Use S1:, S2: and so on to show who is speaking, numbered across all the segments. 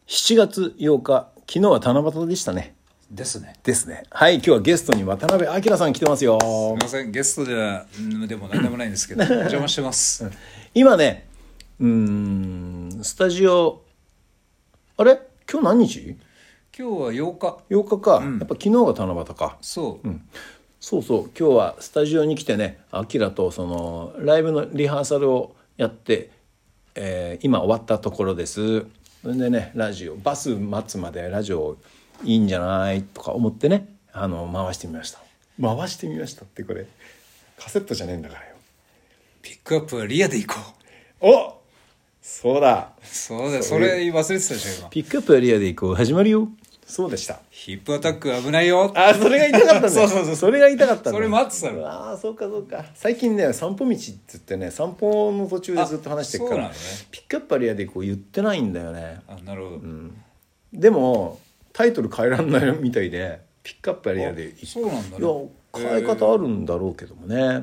S1: 7月8日、昨日は七夕でしたね。
S2: ですね。
S1: はい、今日はゲストに渡辺明さん来てますよ。
S2: すみません、ゲストでも何でもないんですけどお邪魔してます。
S1: 今ね、スタジオ、あれ今日何日？
S2: 今日は8日。
S1: 8日か、やっぱ昨日が七夕か。
S2: そう、
S1: そうそう、今日はスタジオに来てね、明とそのライブのリハーサルをやって、今終わったところです。それでね、ラジオバス待つまでラジオいいんじゃないとか思ってね、回してみましたってこれカセットじゃねえんだからよ。
S2: ピックアップはリアで行こ
S1: お、そうだ、
S2: う。そうだ、それ忘れてたでしょ今。
S1: ピックアップはリアでいこう始まるよ。そうでした。
S2: ヒップアタック危ないよ。
S1: あ、それが言いたかったんだ
S2: そう
S1: それが言いたかったんだ。
S2: それ待ってたの。
S1: ああ、そうか最近ね、散歩道って言ってね、散歩の途中でずっと話してるから、
S2: そうなのね、
S1: ピックアップはリアでこう言ってないんだよね。
S2: あ、なるほど、
S1: でもタイトル変えらんないみたいで、ピックアップはリアで
S2: そうなんだね。
S1: いや、変え方あるんだろうけどもね、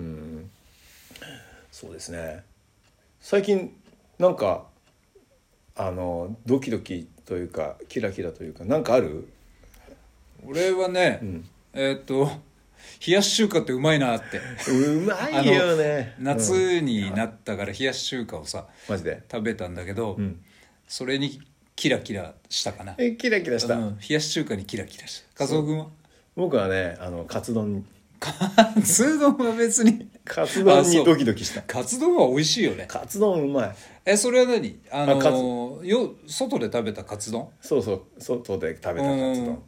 S1: そうですね。最近なんかドキドキというかキラキラというかなんかある？
S2: 俺はね、冷やし中華ってうまいなって。
S1: うまいよね。
S2: 夏になったから冷やし中華をさ、
S1: マジで
S2: 食べたんだけど、それにキラキラしたかな。
S1: キラキラした、
S2: 冷やし中華にキラキラした。カツオ君は？
S1: 僕はね、カツ丼
S2: カツ丼は別に
S1: カツ丼にドキドキした。
S2: カツ丼は美味しいよね。
S1: カツ丼うまい。
S2: それは何？外で食べたカツ丼？
S1: そうそう、外で食べたカツ丼。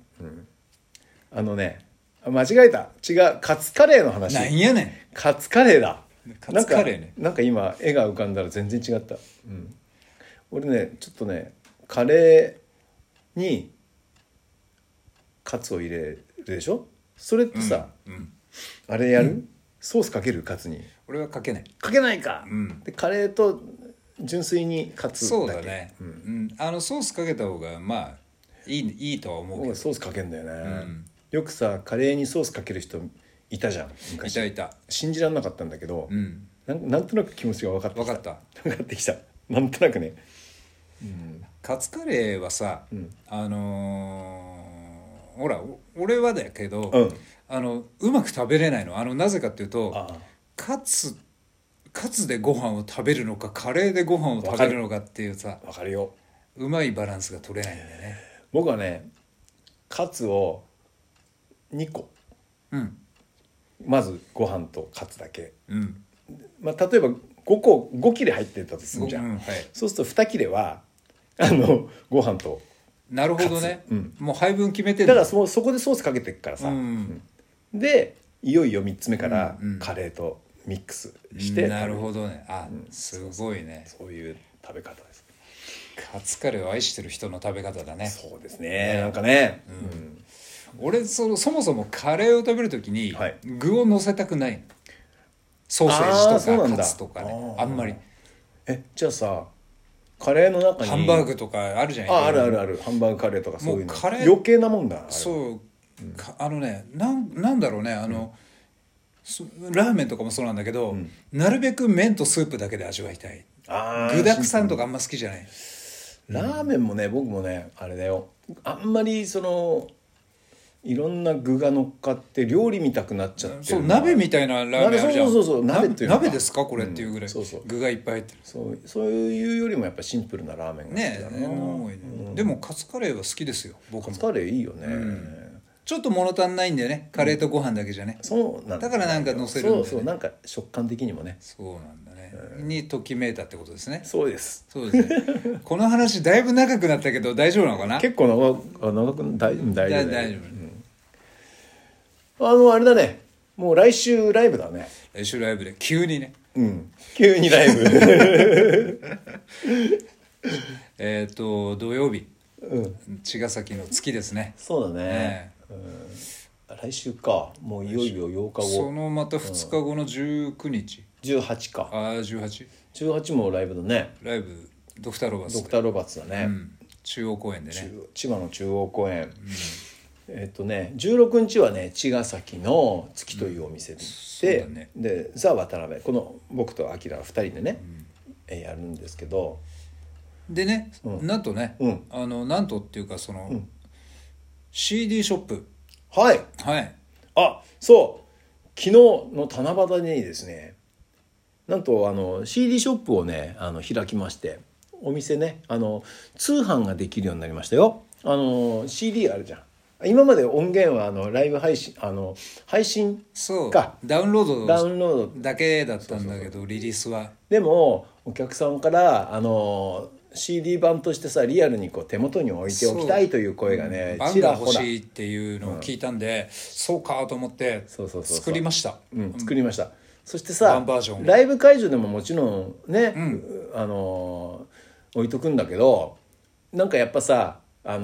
S1: 間違えた。違う、カツカレーの話。
S2: なんやねん。
S1: カツカレーだ。
S2: カツカレーね。
S1: なんか今絵が浮かんだら全然違った。俺ね、ちょっとね、カレーにカツを入れるでしょ。それってさ、あれやる？ソースかける？カツに。
S2: 俺はかけない。
S1: かけないか。でカレーと純粋にカツだけ。
S2: そうだね。ソースかけた方がまあいいとは思うけど。
S1: ソースかけんだよね。よくさ、カレーにソースかける人いたじゃん昔。
S2: いた。
S1: 信じられなかったんだけど、なんとなく気持ちが分かってきた。なんとなくね。
S2: カツカレーはさ、ほら俺はだけど、うまく食べれないの。なぜかっていうと、カツでご飯を食べるのかカレーでご飯を食べるのかっていうさ、
S1: 分かるよ。
S2: うまいバランスが取れないんだよね。
S1: 僕はね、カツを2個、まずご飯とカツだけ、例えば5切れ入ってたとするじゃん、そうすると2切れはご飯と。
S2: なるほどね、もう配分決めてん
S1: だからそこでソースかけてっからさ、でいよいよ3つ目からカレーとミックスして、
S2: なるほどね。すごいね。
S1: そういう食べ方です。
S2: カツカレーを愛してる人の食べ方だね。
S1: そうですね。なんかね、
S2: 俺そもそもカレーを食べるときに具を乗せたくない。ソーセージとかカツとかね、あんまり。
S1: じゃあさ、カレーの中に
S2: ハンバーグとかあるじゃん。
S1: あるハンバーグカレーとか、そういうの余計なもんだ。
S2: そう、なんだろうね、ラーメンとかもそうなんだけど、なるべく麺とスープだけで味わいたい。具だくさんとかあんま好きじゃない。
S1: ラーメンもね、僕もね、あれだよ、あんまりいろんな具が乗っかって料理見たくなっちゃってる。
S2: そう、鍋みたいなラーメンあるじゃん。
S1: そう鍋っていうか、
S2: 鍋ですかこれっていうぐらい具がいっぱい入ってる。
S1: そういうよりもやっぱシンプルなラーメンが好きだな。
S2: でもカツカレーは好きですよ、僕も。
S1: カツカレーいいよね。
S2: ちょっと物足んないんだよね、カレーとご飯だけじゃね。
S1: そうなんだ。
S2: だからなんか乗せるんだよね。
S1: そう、なんか食感的にもね。
S2: そうなんだね。にときめいたってことですね。
S1: そうです。
S2: そうですね。この話だいぶ長くなったけど大丈夫なのかな？
S1: 結構長く大丈夫。
S2: 大丈
S1: 夫。あれだね。もう来週ライブだね。
S2: 来週ライブで急にね。
S1: 急にライブ。
S2: 土曜日。茅ヶ崎の月ですね。
S1: そうだね。来週か。もういよいよ8日後。
S2: そのまた2日後の19日。
S1: 18か。18もライブだね。
S2: ライブドクターロバツ。
S1: ドクターロバツだね。
S2: 中央公園でね。
S1: 千葉の中央公園。16日はね、茅ヶ崎の月というお店で、でザ・渡辺、この僕とアキラ2人でね、やるんですけど、
S2: でね、なんとね、なんとっていうかCD ショップ、
S1: はい、あ、そう昨日の七夕にですね、なんとCD ショップをね開きまして、お店ね通販ができるようになりましたよ。CD あるじゃん。今まで音源はライブ配信配信か
S2: ダウンロードだけだったんだけど、リリースは
S1: でもお客さんからCD 版としてさ、リアルにこう手元に置いておきたいという声がね、
S2: 版が欲しいっていうのを聞いたんで、そうかと思って作りました。
S1: 作りました。そしてさ、ライブ会場でももちろんね、置いとくんだけど、なんかやっぱさ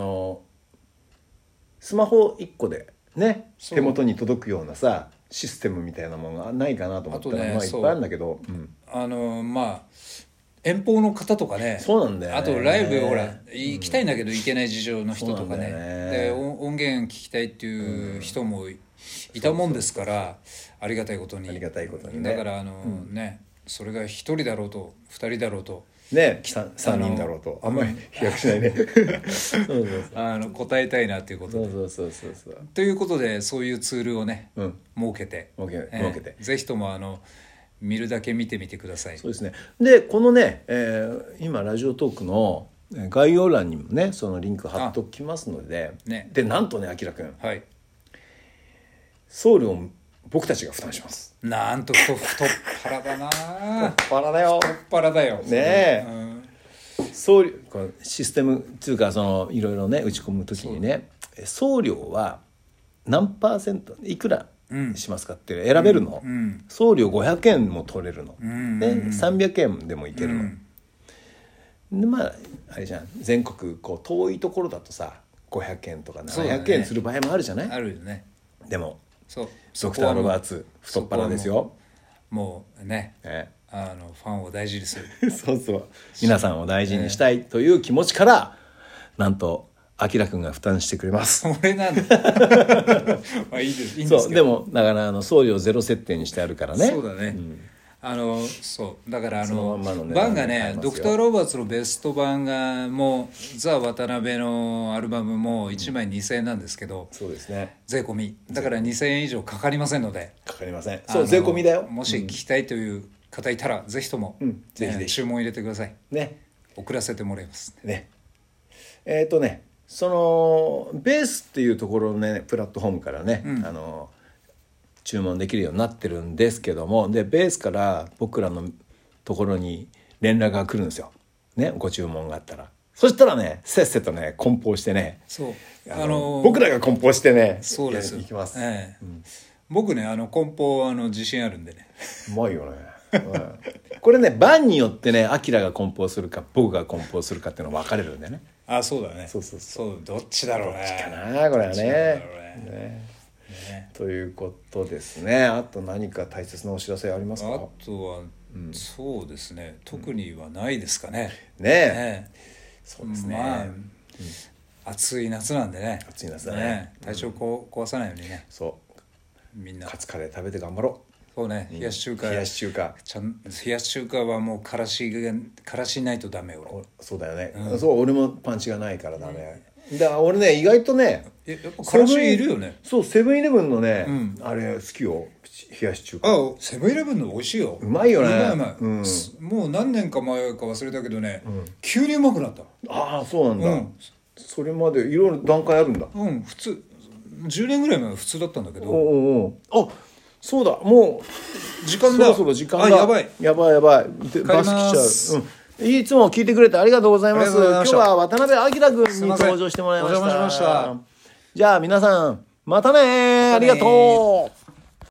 S1: スマホ1個でね手元に届くようなさシステムみたいなものがないかなと思ったら、まあいっぱいあるんだけど、
S2: まあ遠方の方とかね、
S1: そうなんだよね、
S2: あとライブほら行きたいんだけど行けない事情の人とかね、で音源聞きたいっていう人もいたもんですから、ありがたいことに
S1: ね、
S2: だからね、それが1人だろうと2人だろうと
S1: ね、3人だろうとあんまり飛躍しないね
S2: 答えたいなっていうことで、ということでそういうツールをね、設けてぜひとも見るだけ見てみてください。
S1: そうですね。でこのね、今ラジオトークの概要欄にもねそのリンク貼っておきますので、でなんとね、あきらくん、送料を僕たちが負担します。
S2: なんと太っ腹だな。
S1: 太っ腹だよ。
S2: 太っ腹だよ。
S1: ねえ。送料システムっていうかいろいろね打ち込むときにね、送料は何%いくらしますかって選べるの。送料500円も取れるの。で300円でもいけるの。でまああれじゃん、全国こう遠いところだとさ500円とか700円する場合もあるじゃない。
S2: あるよね。
S1: でもドクター・ロバーツ太っ腹ですよ。
S2: もうね、ファンを大事にする
S1: そう皆さんを大事にしたいという気持ちから、なんとあきらくんが負担してくれます。
S2: 俺なんだまあいいですけど、
S1: そうでもだから送料ゼロ設定にしてあるからね。
S2: そうだね、そうだから版がね、ドクター・ロバーツのベスト版がもうザ・渡辺のアルバムも1枚2000円なんですけど、
S1: そうですね、
S2: 税込みだから2000円以上かかりませんので。
S1: かかりません。そう税込みだよ。
S2: もし聞きたいという方いたら、ぜひとも、ぜひ注文入れてください
S1: ね。
S2: 送らせてもらいます
S1: ね。そのベースっていうところのねプラットフォームからね、注文できるようになってるんですけども、でベースから僕らのところに連絡が来るんですよ、ね、ご注文があったら。そしたらねせっせとね梱包してね、僕らが梱包してね、
S2: そうです
S1: いきます、
S2: 僕ね梱包自信あるんでね。
S1: うまいよね、これね版によってねアキラが梱包するか僕が梱包するかっていうの分かれるんだよね。
S2: そうだね。そうどっちだろうね。
S1: どっちかなこれはね。ということですね。あと何か大切なお知らせありますか？
S2: あとは、そうですね、特にはないですかね。
S1: そうですね、
S2: 暑い夏なんでね。
S1: 暑い夏だね。
S2: 体調壊さないようにね。
S1: そう
S2: みんな
S1: カツカレー食べて頑張ろう。
S2: そうね、冷やし中華冷やし中華はもうからしないとダメ。
S1: そうだよね、そう俺もパンチがないからダメ、だから俺ね意外とね
S2: やっぱからしいるよね。
S1: そうセブンイレブンのね、あれ好きよ、冷やし中華。
S2: セブンイレブンの美味しいよ。
S1: うまいよね。
S2: うまい、もう何年か前か忘れたけどね、急にうまくなった。
S1: そうなんだ、それまでいろいろ段階あるんだ。
S2: 普通10年ぐらい前は普通だったんだけど、
S1: そうだ、もう
S2: 時間だ。
S1: そろ時間だ。
S2: やばい
S1: バス来ちゃう。いつも聞いてくれてありがとうございます。今日は渡辺明君に登場してもらいました。
S2: お邪魔しました。
S1: じゃあ皆さんまたね、ありがとう。